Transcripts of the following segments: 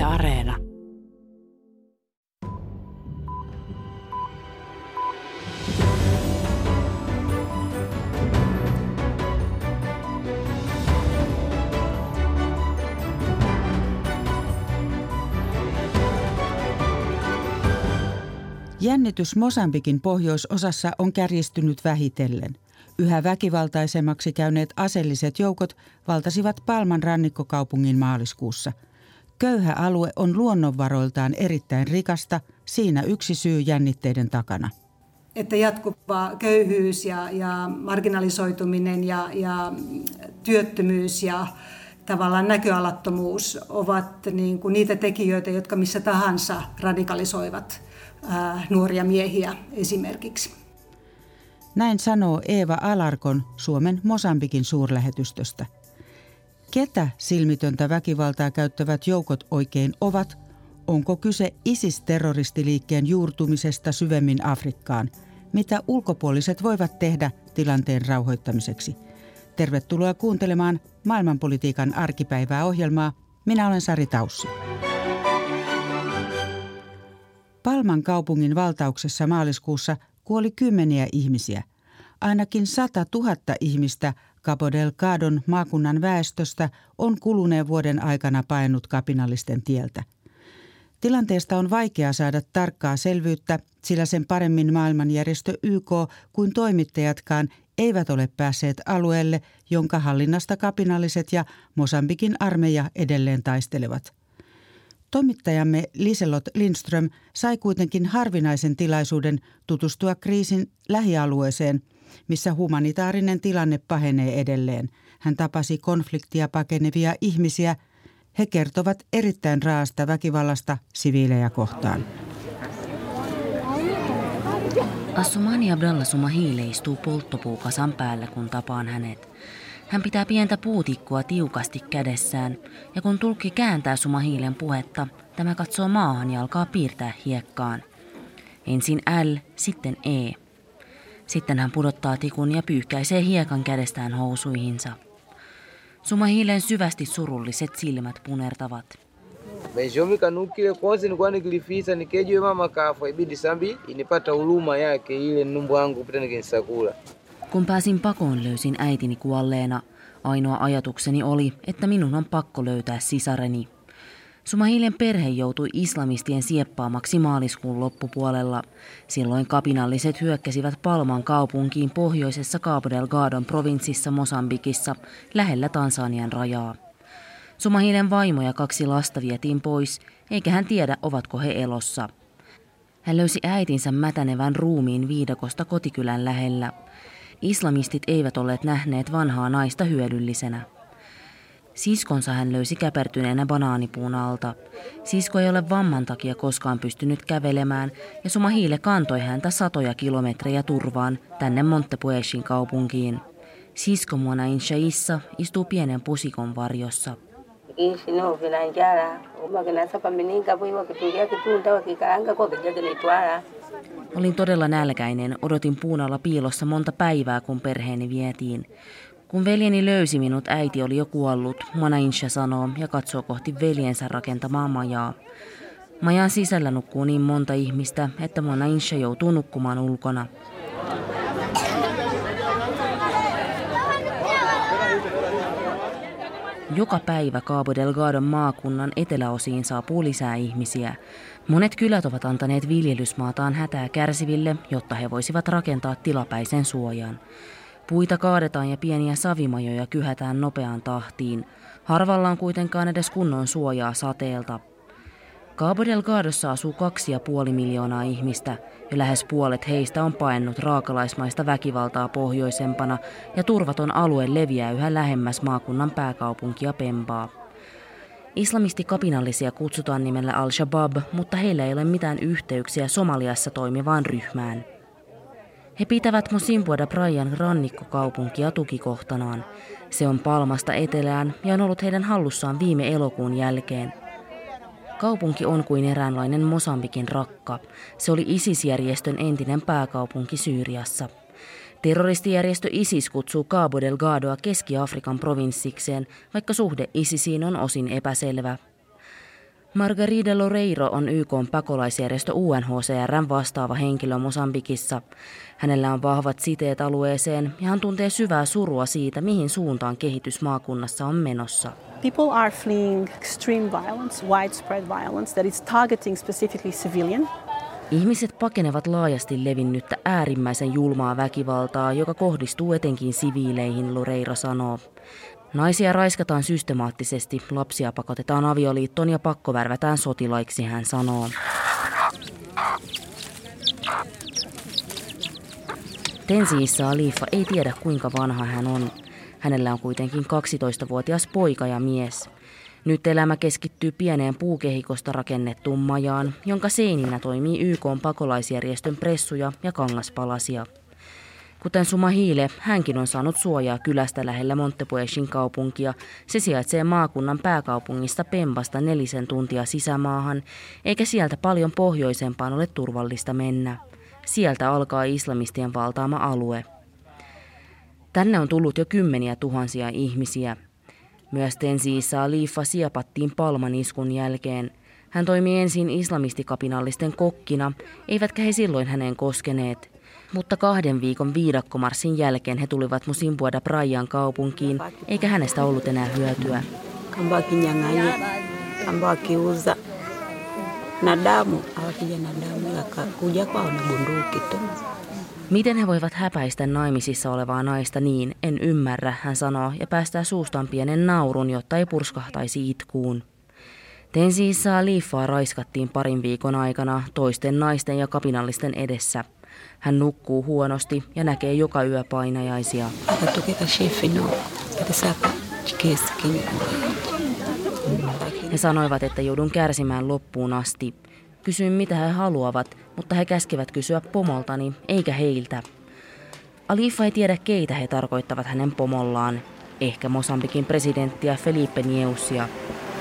Areena. Jännitys Mosambikin pohjoisosassa on kärjistynyt vähitellen. Yhä väkivaltaisemmaksi käyneet aseelliset joukot valtasivat Palman rannikkokaupungin maaliskuussa. Köyhä alue on luonnonvaroiltaan erittäin rikasta, siinä yksi syy jännitteiden takana. Että jatkuva köyhyys ja marginalisoituminen ja työttömyys ja tavallaan näköalattomuus ovat niin kuin niitä tekijöitä, jotka missä tahansa radikalisoivat nuoria miehiä esimerkiksi. Näin sanoo Eeva Alarkon Suomen Mosambikin suurlähetystöstä. Ketä silmitöntä väkivaltaa käyttävät joukot oikein ovat? Onko kyse ISIS-terroristiliikkeen juurtumisesta syvemmin Afrikkaan? Mitä ulkopuoliset voivat tehdä tilanteen rauhoittamiseksi? Tervetuloa kuuntelemaan maailmanpolitiikan arkipäivää ohjelmaa. Minä olen Sari Taussi. Palman kaupungin valtauksessa maaliskuussa kuoli kymmeniä ihmisiä. Ainakin 100 000 ihmistä Cabo Delgadon maakunnan väestöstä on kuluneen vuoden aikana paennut kapinallisten tieltä. Tilanteesta on vaikea saada tarkkaa selvyyttä, sillä sen paremmin maailmanjärjestö YK kuin toimittajatkaan eivät ole päässeet alueelle, jonka hallinnasta kapinalliset ja Mosambikin armeija edelleen taistelevat. Toimittajamme Liselott Lindström sai kuitenkin harvinaisen tilaisuuden tutustua kriisin lähialueeseen, missä humanitaarinen tilanne pahenee edelleen. Hän tapasi konfliktia pakenevia ihmisiä. He kertovat erittäin raasta väkivallasta siviilejä kohtaan. Assumani Abdallah Sumahile istuu polttopuukasan päällä, kun tapaan hänet. Hän pitää pientä puutikkua tiukasti kädessään, ja kun tulkki kääntää Sumahilen puhetta, tämä katsoo maahan ja alkaa piirtää hiekkaan. Ensin L, sitten E. Sitten hän pudottaa tikun ja pyyhkäisee hiekan kädestään housuihinsa. Sumahilen syvästi surulliset silmät punertavat. Kun pääsin pakoon, löysin äitini kuolleena. Ainoa ajatukseni oli, että minun on pakko löytää sisareni. Sumahilen perhe joutui islamistien sieppaamaksi maaliskuun loppupuolella. Silloin kapinalliset hyökkäsivät Palman kaupunkiin pohjoisessa Cabo Delgadon provinssissa Mosambikissa, lähellä Tansanian rajaa. Sumahilen vaimo ja 2 lasta vietiin pois, eikä hän tiedä, ovatko he elossa. Hän löysi äitinsä mätänevän ruumiin viidakosta kotikylän lähellä. Islamistit eivät olleet nähneet vanhaa naista hyödyllisenä. Siskonsa hän löysi käpertyneenä banaanipuun alta. Sisko ei ole vamman takia koskaan pystynyt kävelemään, ja Sumahile kantoi häntä 100 kilometrejä turvaan tänne Montepuezin kaupunkiin. Sisko Mona Inshaissa istuu pienen pusikon varjossa. Olin todella nälkäinen, odotin puun alla piilossa monta päivää, kun perheeni vietiin. Kun veljeni löysi minut, äiti oli jo kuollut, Mona Insha sanoo ja katsoo kohti veljensä rakentamaa majaa. Majan sisällä nukkuu niin monta ihmistä, että Mona Insha joutuu nukkumaan ulkona. Joka päivä Cabo Delgadon maakunnan eteläosiin saapuu lisää ihmisiä. Monet kylät ovat antaneet viljelysmaataan hätää kärsiville, jotta he voisivat rakentaa tilapäisen suojan. Puita kaadetaan ja pieniä savimajoja kyhätään nopeaan tahtiin. Harvalla on kuitenkaan edes kunnon suojaa sateelta. Cabo Delgadossa asuu 2,5 miljoonaa ihmistä, ja lähes puolet heistä on paennut raakalaismaista väkivaltaa pohjoisempana, ja turvaton alue leviää yhä lähemmäs maakunnan pääkaupunkia Pembaa. Islamistikapinallisia kutsutaan nimellä Al-Shabaab, mutta heillä ei ole mitään yhteyksiä Somaliassa toimivaan ryhmään. He pitävät Mocimboa da Praian rannikkokaupunkia tukikohtanaan. Se on Palmasta etelään ja on ollut heidän hallussaan viime elokuun jälkeen. Kaupunki on kuin eräänlainen Mosambikin Rakka. Se oli ISIS-järjestön entinen pääkaupunki Syyriassa. Terroristijärjestö ISIS kutsuu Cabo Delgadoa Keski-Afrikan provinssikseen, vaikka suhde ISISiin on osin epäselvä. Margarida Loureiro on YK:n pakolaisjärjestö UNHCR:n vastaava henkilö Mosambikissa. Hänellä on vahvat siteet alueeseen ja hän tuntee syvää surua siitä, mihin suuntaan kehitys maakunnassa on menossa. People are fleeing extreme violence, widespread violence that is targeting specifically civilian. Ihmiset pakenevat laajasti levinnyttä äärimmäisen julmaa väkivaltaa, joka kohdistuu etenkin siviileihin, Loureiro sanoo. Naisia raiskataan systemaattisesti, lapsia pakotetaan avioliittoon ja pakkovärvätään sotilaiksi, hän sanoo. Tensi Issa Alifa ei tiedä, kuinka vanha hän on. Hänellä on kuitenkin 12-vuotias poika ja mies. Nyt elämä keskittyy pieneen puukehikosta rakennettuun majaan, jonka seininä toimii YK:n pakolaisjärjestön pressuja ja kangaspalasia. Kuten Sumahile, hänkin on saanut suojaa kylästä lähellä Montepuezin kaupunkia. Se sijaitsee maakunnan pääkaupungista Pembasta 4 tuntia sisämaahan, eikä sieltä paljon pohjoisempaan ole turvallista mennä. Sieltä alkaa islamistien valtaama alue. Tänne on tullut jo 10 000 ihmisiä. Myös Tensi Issa Alifa siepattiin Palman iskun jälkeen. Hän toimi ensin islamistikapinallisten kokkina, eivätkä he silloin häneen koskeneet. Mutta 2 viikon viidakkomarssin jälkeen he tulivat Musimbuada Praian kaupunkiin, eikä hänestä ollut enää hyötyä. Miten he voivat häpäistä naimisissa olevaa naista niin, en ymmärrä, hän sanoo ja päästää suustaan pienen naurun, jotta ei purskahtaisi itkuun. Tensi Issa Alifaa raiskattiin 2 viikon aikana toisten naisten ja kapinallisten edessä. Hän nukkuu huonosti ja näkee joka yö painajaisia. He sanoivat, että joudun kärsimään loppuun asti. Kysyin, mitä he haluavat, mutta he käskevät kysyä pomoltani, eikä heiltä. Alifa ei tiedä, keitä he tarkoittavat hänen pomollaan. Ehkä Mosambikin presidenttiä Felipe Nyusia.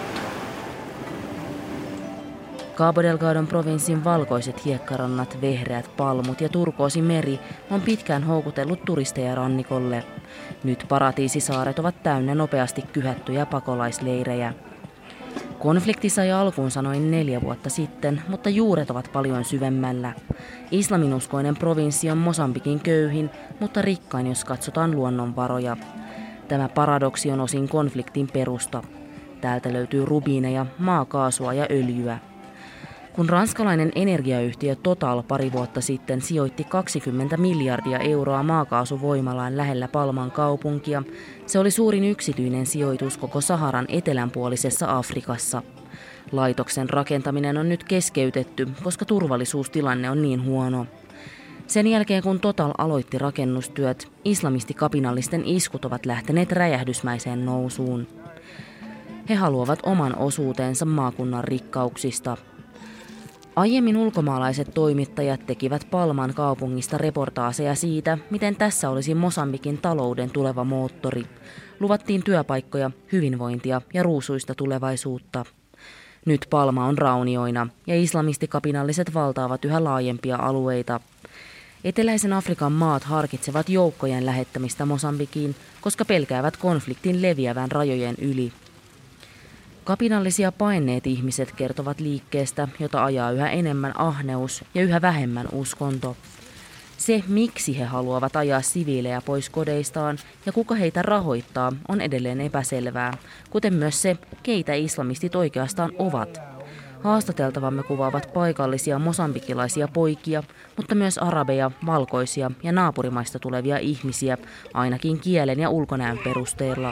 Cabo Delgadon provinssin valkoiset hiekkarannat, vehreät palmut ja turkoosi meri on pitkään houkutellut turisteja rannikolle. Nyt paratiisisaaret ovat täynnä nopeasti kyhättyjä pakolaisleirejä. Konflikti sai alkuunsa noin 4 vuotta sitten, mutta juuret ovat paljon syvemmällä. Islaminuskoinen provinssi on Mosambikin köyhin, mutta rikkain, jos katsotaan luonnonvaroja. Tämä paradoksi on osin konfliktin perusta. Täältä löytyy rubiineja, maakaasua ja öljyä. Kun ranskalainen energiayhtiö Total 2 vuotta sitten sijoitti 20 miljardia euroa maakaasuvoimalaan lähellä Palman kaupunkia, se oli suurin yksityinen sijoitus koko Saharan etelänpuolisessa Afrikassa. Laitoksen rakentaminen on nyt keskeytetty, koska turvallisuustilanne on niin huono. Sen jälkeen kun Total aloitti rakennustyöt, islamistikapinallisten iskut ovat lähteneet räjähdysmäiseen nousuun. He haluavat oman osuutensa maakunnan rikkauksista. Aiemmin ulkomaalaiset toimittajat tekivät Palman kaupungista reportaaseja siitä, miten tässä olisi Mosambikin talouden tuleva moottori. Luvattiin työpaikkoja, hyvinvointia ja ruusuista tulevaisuutta. Nyt Palma on raunioina ja islamistikapinalliset valtaavat yhä laajempia alueita. Eteläisen Afrikan maat harkitsevat joukkojen lähettämistä Mosambikiin, koska pelkäävät konfliktin leviävän rajojen yli. Kapinallisia paineet ihmiset kertovat liikkeestä, jota ajaa yhä enemmän ahneus ja yhä vähemmän uskonto. Se, miksi he haluavat ajaa siviilejä pois kodeistaan ja kuka heitä rahoittaa, on edelleen epäselvää, kuten myös se, keitä islamistit oikeastaan ovat. Haastateltavamme kuvaavat paikallisia mosambikilaisia poikia, mutta myös arabeja, valkoisia ja naapurimaista tulevia ihmisiä, ainakin kielen ja ulkonäön perusteella.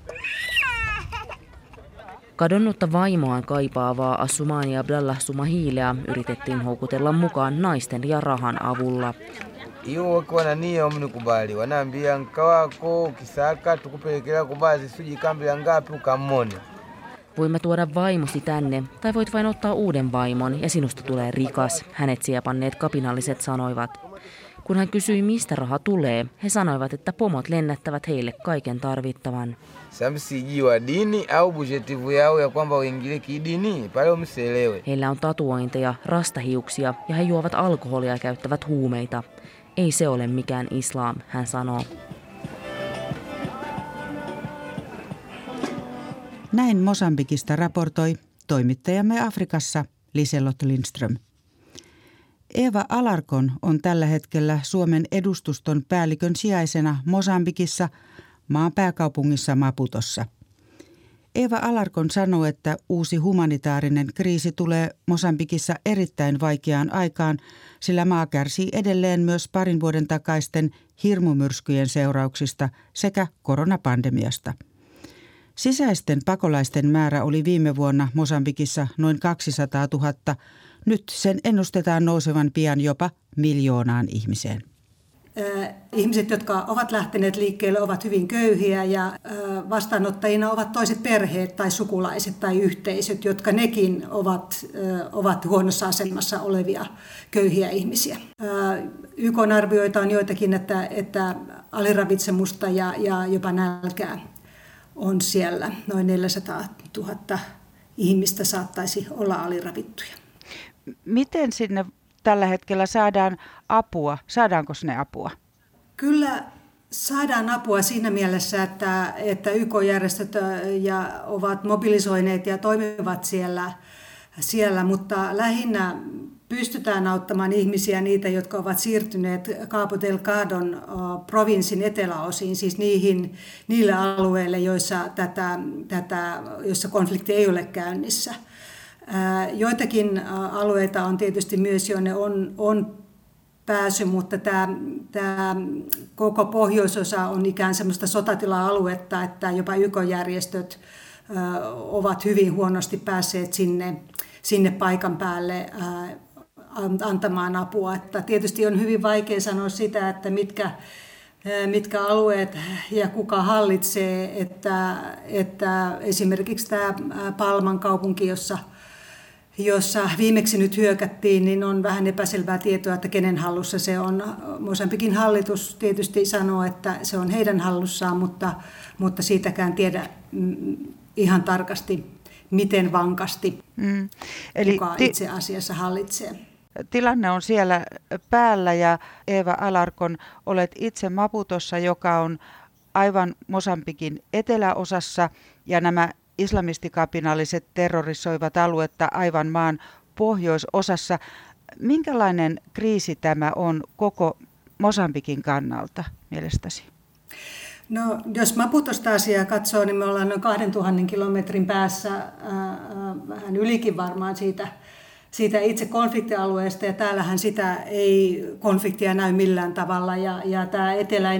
Kadonnutta vaimoaan kaipaavaa Assoumani Abdallah Soumahilea yritettiin houkutella mukaan naisten ja rahan avulla. Hiyo wakiwa na nia wamenikubali, wanaambia mka wako ukisaka tukupelekea kubazi suji kambi ya ngapi ukamone. Voimme tuoda vaimosi tänne, tai voit vain ottaa uuden vaimon ja sinusta tulee rikas, hänet siepanneet kapinalliset sanoivat. Kun hän kysyi, mistä raha tulee, he sanoivat, että pomot lennättävät heille kaiken tarvittavan. Samsijiwa dini au bujetivu yao ya kwamba uingilie kidini, pale umsielewe. Heillä on tatuointeja, rastahiuksia ja he juovat alkoholia ja käyttävät huumeita. Ei se ole mikään islam, hän sanoo. Näin Mosambikista raportoi toimittajamme Afrikassa Liselott Lindström. Eeva Alarkon on tällä hetkellä Suomen edustuston päällikön sijaisena Mosambikissa, maan pääkaupungissa Maputossa. Eeva Alarkon sanoo, että uusi humanitaarinen kriisi tulee Mosambikissa erittäin vaikeaan aikaan, sillä maa kärsii edelleen myös parin vuoden takaisten hirmumyrskyjen seurauksista sekä koronapandemiasta. Sisäisten pakolaisten määrä oli viime vuonna Mosambikissa noin 200 000. Nyt sen ennustetaan nousevan pian jopa 1 miljoonaan ihmiseen. Ihmiset, jotka ovat lähteneet liikkeelle, ovat hyvin köyhiä ja vastaanottajina ovat toiset perheet tai sukulaiset tai yhteisöt, jotka nekin ovat huonossa asemassa olevia köyhiä ihmisiä. YK:n arvioita on joitakin, että aliravitsemusta ja jopa nälkää on siellä. Noin 400 000 ihmistä saattaisi olla aliravittuja. Miten sinne tällä hetkellä saadaan apua? Saadaanko sinne apua? Kyllä saadaan apua siinä mielessä, että YK-järjestöt ovat mobilisoineet ja toimivat siellä, mutta lähinnä pystytään auttamaan ihmisiä, niitä, jotka ovat siirtyneet Cabo Delgadon provinssin eteläosiin, siis niille alueille, joissa konflikti ei ole käynnissä. Joitakin alueita on tietysti myös, jonne on pääsy, mutta tämä koko pohjoisosa on ikään semmoista sotatila-aluetta, että jopa YK-järjestöt ovat hyvin huonosti päässeet sinne paikan päälle antamaan apua. Että tietysti on hyvin vaikea sanoa sitä, että mitkä alueet ja kuka hallitsee, että esimerkiksi tämä Palman kaupunki, jossa viimeksi nyt hyökättiin, niin on vähän epäselvää tietoa, että kenen hallussa se on. Mosambikin hallitus tietysti sanoo, että se on heidän hallussaan, mutta siitäkään tiedä ihan tarkasti, miten vankasti Eli kuka itse asiassa hallitsee. Tilanne on siellä päällä ja Eeva Alarkon, olet itse Maputossa, joka on aivan Mosambikin eteläosassa ja nämä islamistikapinalliset terrorisoivat aluetta aivan maan pohjoisosassa. Minkälainen kriisi tämä on koko Mosambikin kannalta mielestäsi? No, jos Maputosta asiaa katsoo, niin me ollaan noin 2000 kilometrin päässä, vähän ylikin varmaan siitä itse konfliktialueesta, ja täällähän sitä ei konfliktia näy millään tavalla, ja tämä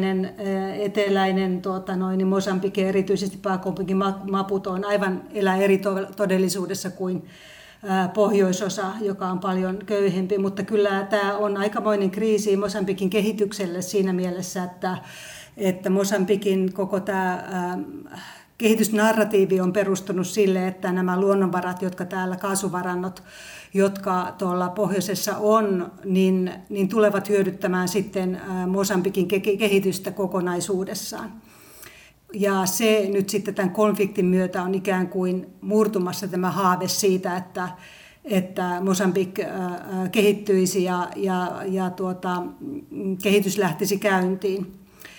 eteläinen Mosambike, erityisesti pääkaupunki Maputo, on aivan elää eri todellisuudessa kuin pohjoisosa, joka on paljon köyhempi, mutta kyllä tämä on aikamoinen kriisi Mosambikin kehitykselle siinä mielessä, että Mosambikin koko tämä kehitysnarratiivi on perustunut sille, että nämä luonnonvarat, jotka täällä kaasuvarannot, jotka tuolla pohjoisessa on, niin tulevat hyödyttämään sitten Mosambikin kehitystä kokonaisuudessaan. Ja se nyt sitten tämän konfliktin myötä on ikään kuin murtumassa tämä haave siitä, että Mosambik kehittyisi ja kehitys lähtisi käyntiin.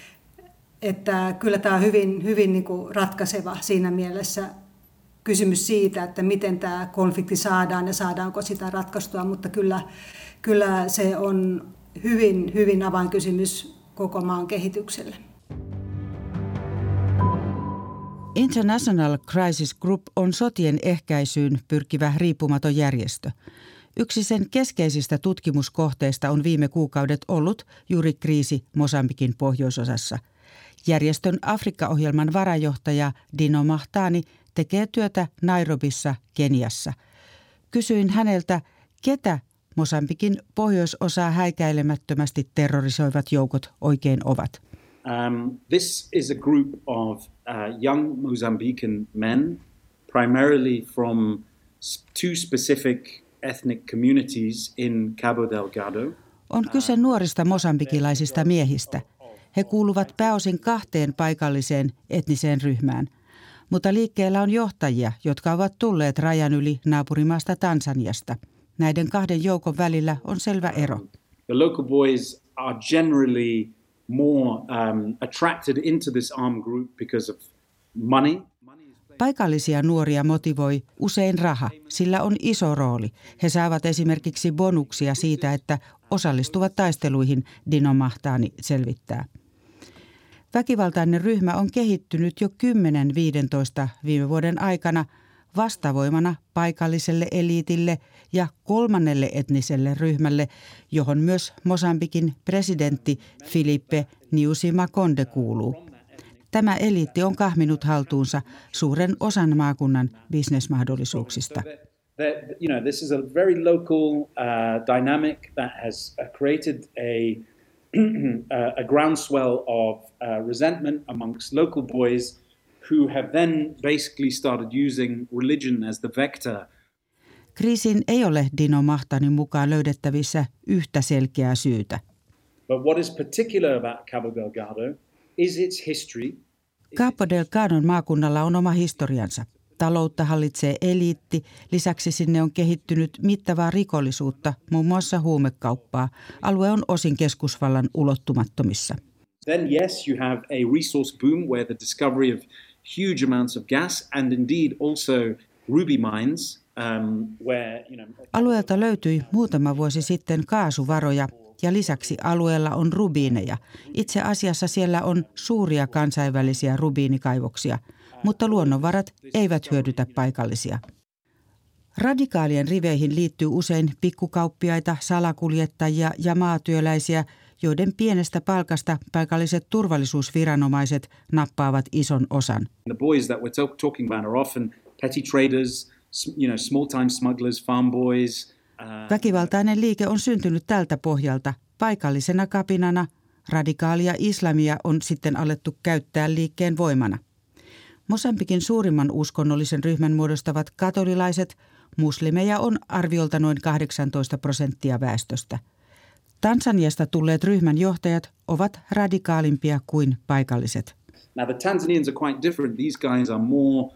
Että kyllä tämä on hyvin niin kuin ratkaiseva siinä mielessä kysymys siitä, että miten tämä konflikti saadaan ja saadaanko sitä ratkaistua, mutta kyllä se on hyvin avainkysymys koko maan kehitykselle. International Crisis Group on sotien ehkäisyyn pyrkivä riippumaton järjestö. Yksi sen keskeisistä tutkimuskohteista on viime kuukaudet ollut juuri kriisi Mosambikin pohjoisosassa. Järjestön Afrikka-ohjelman varajohtaja Dino Mahtani tekee työtä Nairobissa, Keniassa. Kysyin häneltä, ketä Mosambikin pohjoisosaa häikäilemättömästi terrorisoivat joukot oikein ovat. This is a group of young Mozambican men, primarily from two specific ethnic communities in Cabo Delgado. On kyse nuorista mosambikilaisista miehistä. He kuuluvat pääosin 2 paikalliseen etniseen ryhmään. Mutta liikkeellä on johtajia, jotka ovat tulleet rajan yli naapurimaasta Tansaniasta. Näiden 2 joukon välillä on selvä ero. The local boys are generally more attracted into this armed group because of money. Paikallisia nuoria motivoi usein raha, sillä on iso rooli. He saavat esimerkiksi bonuksia siitä, että osallistuvat taisteluihin, Dino Mahtaani selvittää. Väkivaltainen ryhmä on kehittynyt jo 10-15 viime vuoden aikana vastavoimana paikalliselle eliitille ja kolmannelle etniselle ryhmälle, johon myös Mosambikin presidentti Filipe Nyusi Makonde kuuluu. Tämä eliitti on kahminut haltuunsa suuren osan maakunnan bisnesmahdollisuuksista. This is a very local dynamic that has created a groundswell of resentment amongst local boys who have then basically started using religion as the vector. Kriisin ei ole Dino Mahtanin mukaan löydettävissä yhtä selkeää syytä. But what is particular about Cabo Delgado is its history. Cabo Delgadon maakunnalla on oma historiansa. Taloutta hallitsee eliitti, lisäksi sinne on kehittynyt mittavaa rikollisuutta, muun muassa huumekauppaa. Alue on osin keskusvallan ulottumattomissa. Then yes, you have a resource boom where the discovery of huge amounts of gas and indeed also ruby mines, where, Alueelta löytyi muutama vuosi sitten kaasuvaroja ja lisäksi alueella on rubiineja. Itse asiassa siellä on suuria kansainvälisiä rubiinikaivoksia, mutta luonnonvarat eivät hyödytä paikallisia. Radikaalien riveihin liittyy usein pikkukauppiaita, salakuljettajia ja maatyöläisiä, joiden pienestä palkasta paikalliset turvallisuusviranomaiset nappaavat ison osan. The boys that we're talking about are often petty traders, small-time smugglers, farm boys. Väkivaltainen liike on syntynyt tältä pohjalta. Paikallisena kapinana radikaalia islamia on sitten alettu käyttää liikkeen voimana. Mosambikin suurimman uskonnollisen ryhmän muodostavat katolilaiset, muslimeja on arviolta noin 18% väestöstä. Tansaniasta tulleet ryhmän johtajat ovat radikaalimpia kuin paikalliset. Now the Tanzanians are quite different. These guys are more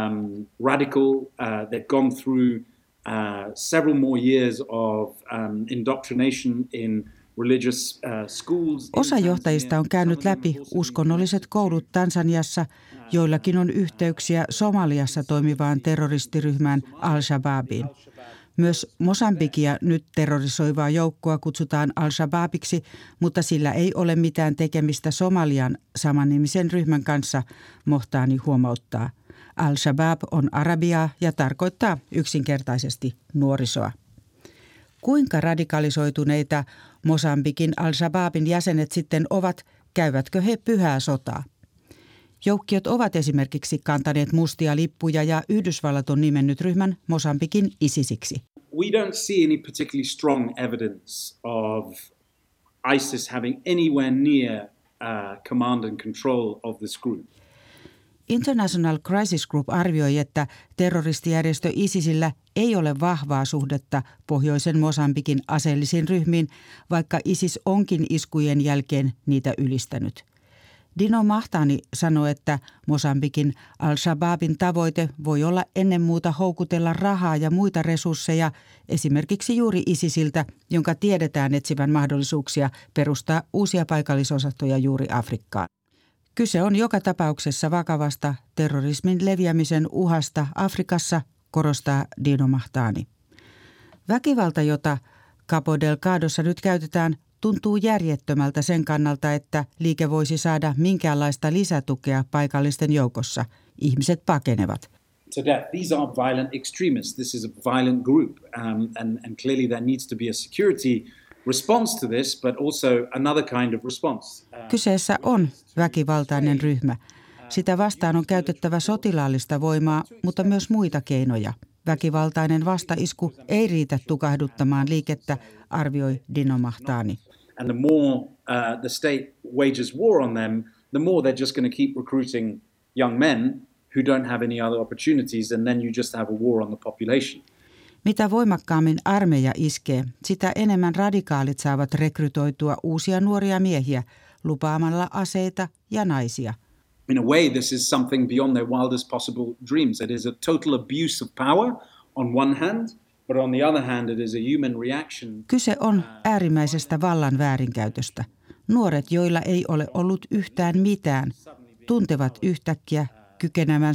radical. They've gone through several more years of indoctrination in religious schools. Osa johtajista on käynyt läpi uskonnolliset koulut Tansaniassa, joillakin on yhteyksiä Somaliassa toimivaan terroristiryhmään Al-Shababiin. Myös Mosambikia nyt terrorisoivaa joukkoa kutsutaan Al-Shababiksi, mutta sillä ei ole mitään tekemistä Somalian samannimisen ryhmän kanssa, Mohtaani huomauttaa. Al-Shabab on arabiaa ja tarkoittaa yksinkertaisesti nuorisoa. Kuinka radikalisoituneita Mosambikin Al-Shababin jäsenet sitten ovat, käyvätkö he pyhää sotaa? Joukkiot ovat esimerkiksi kantaneet mustia lippuja ja Yhdysvallat on nimennyt ryhmän Mosambikin ISISiksi. We don't see any particularly strong evidence of ISIS having anywhere near command and control of this group. International Crisis Group arvioi, että terroristijärjestö ISISillä ei ole vahvaa suhdetta pohjoisen Mosambikin aseellisiin ryhmiin, vaikka ISIS onkin iskujen jälkeen niitä ylistänyt. Dino Mahtaani sanoi, että Mosambikin Al-Shababin tavoite voi olla ennen muuta houkutella rahaa ja muita resursseja, esimerkiksi juuri ISISiltä, jonka tiedetään etsivän mahdollisuuksia perustaa uusia paikallisosastoja juuri Afrikkaan. Kyse on joka tapauksessa vakavasta terrorismin leviämisen uhasta Afrikassa, korostaa Dino Mahtaani. Väkivalta, jota Cabo Delgadossa nyt käytetään, tuntuu järjettömältä sen kannalta, että liike voisi saada minkäänlaista lisätukea paikallisten joukossa. Ihmiset pakenevat. To death. These are violent extremists. This is a violent group, and clearly there needs to be a security response to this, but also another kind of response. Kyseessä on väkivaltainen ryhmä. Sitä vastaan on käytettävä sotilaallista voimaa, mutta myös muita keinoja. Väkivaltainen vastaisku ei riitä tukahduttamaan liikettä, arvioi Dino Mahtaani. And the more the state wages war on them, the more they're just going to keep recruiting young men who don't have any other opportunities, and then you just have a war on the population. Mitä voimakkaammin armeija iskee, sitä enemmän radikaalit saavat rekrytoitua uusia nuoria miehiä lupaamalla aseita ja naisia. In a way, this is something beyond their wildest possible dreams. It is a total abuse of power on one hand, but on the other hand, it is a human reaction. Kyse on äärimmäisestä vallan väärinkäytöstä. Nuoret, joilla ei ole ollut yhtään mitään, tuntevat yhtäkkiä kykenevänsä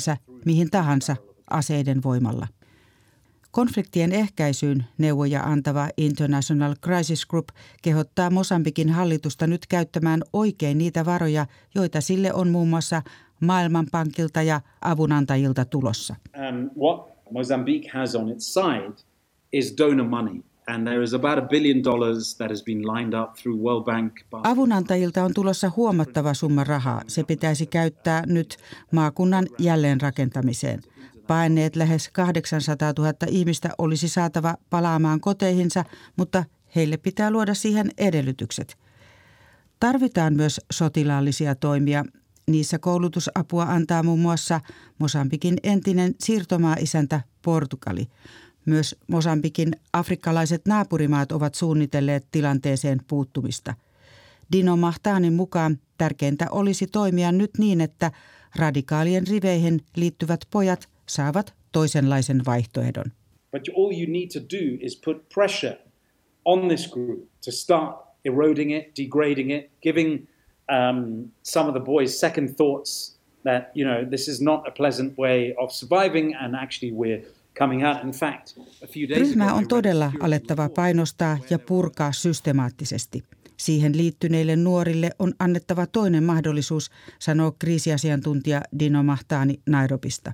mihin tahansa aseiden voimalla. Konfliktien ehkäisyyn neuvoja antava International Crisis Group kehottaa Mosambikin hallitusta nyt käyttämään oikein niitä varoja, joita sille on muun muassa Maailmanpankilta ja avunantajilta tulossa. What Mozambique has on its side is donor money. And there is about $1 billion that has been lined up through World Bank. Avunantajilta on tulossa huomattava summa rahaa. Se pitäisi käyttää nyt maakunnan jälleenrakentamiseen. Paenneet lähes 800 000 ihmistä olisi saatava palaamaan koteihinsa, mutta heille pitää luoda siihen edellytykset. Tarvitaan myös sotilaallisia toimia. Niissä koulutusapua antaa muun muassa Mosambikin entinen siirtomaa-isäntä Portugali. Myös Mosambikin afrikkalaiset naapurimaat ovat suunnitelleet tilanteeseen puuttumista. Dino Mahtanin mukaan tärkeintä olisi toimia nyt niin, että radikaalien riveihin liittyvät pojat saavat toisenlaisen vaihtoehdon. But all you need to do is put pressure on this group to start eroding it, degrading it, giving some of the boys second thoughts that, this is not a pleasant way of surviving and actually we're coming out. In fact, a few days Ryhmää on todella alettava painostaa ja purkaa systemaattisesti. Siihen liittyneille nuorille on annettava toinen mahdollisuus, sanoo kriisiasiantuntija Dino Mahtani Nairobista.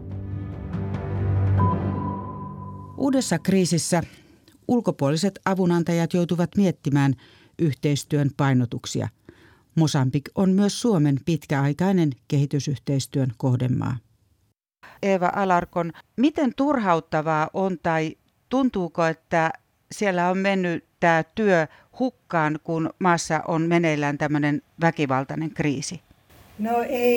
Uudessa kriisissä ulkopuoliset avunantajat joutuvat miettimään yhteistyön painotuksia. Mosambik on myös Suomen pitkäaikainen kehitysyhteistyön kohdemaa. Eeva Alarkon, miten turhauttavaa on tai tuntuuko, että siellä on mennyt tämä työ hukkaan, kun maassa on meneillään tämmöinen väkivaltainen kriisi? No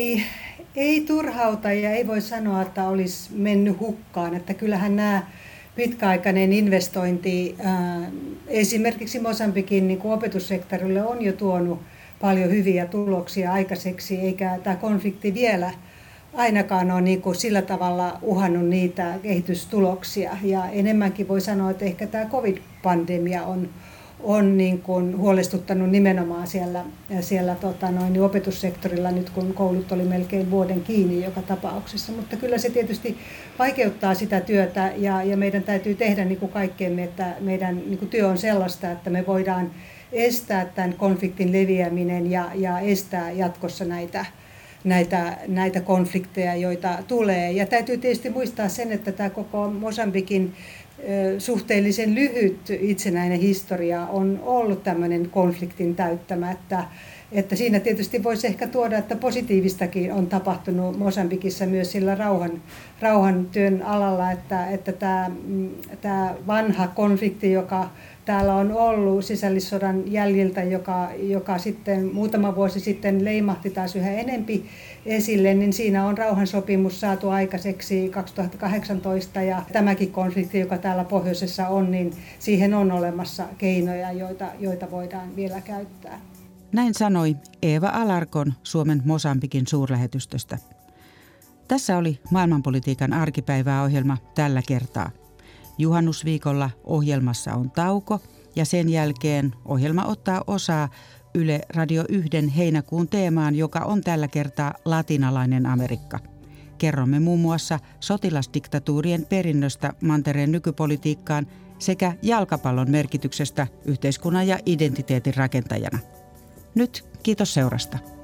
ei turhauta ja ei voi sanoa, että olisi mennyt hukkaan. Että kyllähän nämä pitkäaikainen investointi esimerkiksi Mosambikin niin kuin opetussektorille on jo tuonut paljon hyviä tuloksia aikaiseksi, eikä tämä konflikti vielä ainakaan ole niin kuin sillä tavalla uhannut niitä kehitystuloksia. Ja enemmänkin voi sanoa, että ehkä tämä COVID-pandemia on niin kuin huolestuttanut nimenomaan siellä opetussektorilla nyt, kun koulut oli melkein vuoden kiinni joka tapauksessa. Mutta kyllä se tietysti vaikeuttaa sitä työtä ja meidän täytyy tehdä niin kuin kaikkeemme, että meidän niin kuin työ on sellaista, että me voidaan estää tämän konfliktin leviäminen ja estää jatkossa näitä konflikteja, joita tulee. Ja täytyy tietysti muistaa sen, että tämä koko Mosambikin suhteellisen lyhyt itsenäinen historia on ollut tämmöinen konfliktin täyttämä, että siinä tietysti voisi ehkä tuoda, että positiivistakin on tapahtunut Mosambikissa myös sillä rauhantyön alalla, että tämä vanha konflikti, joka täällä on ollut sisällissodan jäljiltä, joka sitten muutama vuosi sitten leimahti taas yhä enempi esille, niin siinä on rauhansopimus saatu aikaiseksi 2018 ja tämäkin konflikti, joka täällä pohjoisessa on, niin siihen on olemassa keinoja, joita voidaan vielä käyttää. Näin sanoi Eeva Alarkon Suomen Mosambikin suurlähetystöstä. Tässä oli Maailmanpolitiikan arkipäivää-ohjelma tällä kertaa. Juhannusviikolla ohjelmassa on tauko ja sen jälkeen ohjelma ottaa osaa Yle Radio 1 heinäkuun teemaan, joka on tällä kertaa latinalainen Amerikka. Kerromme muun muassa sotilasdiktatuurien perinnöstä mantereen nykypolitiikkaan sekä jalkapallon merkityksestä yhteiskunnan ja identiteetin rakentajana. Nyt kiitos seurasta.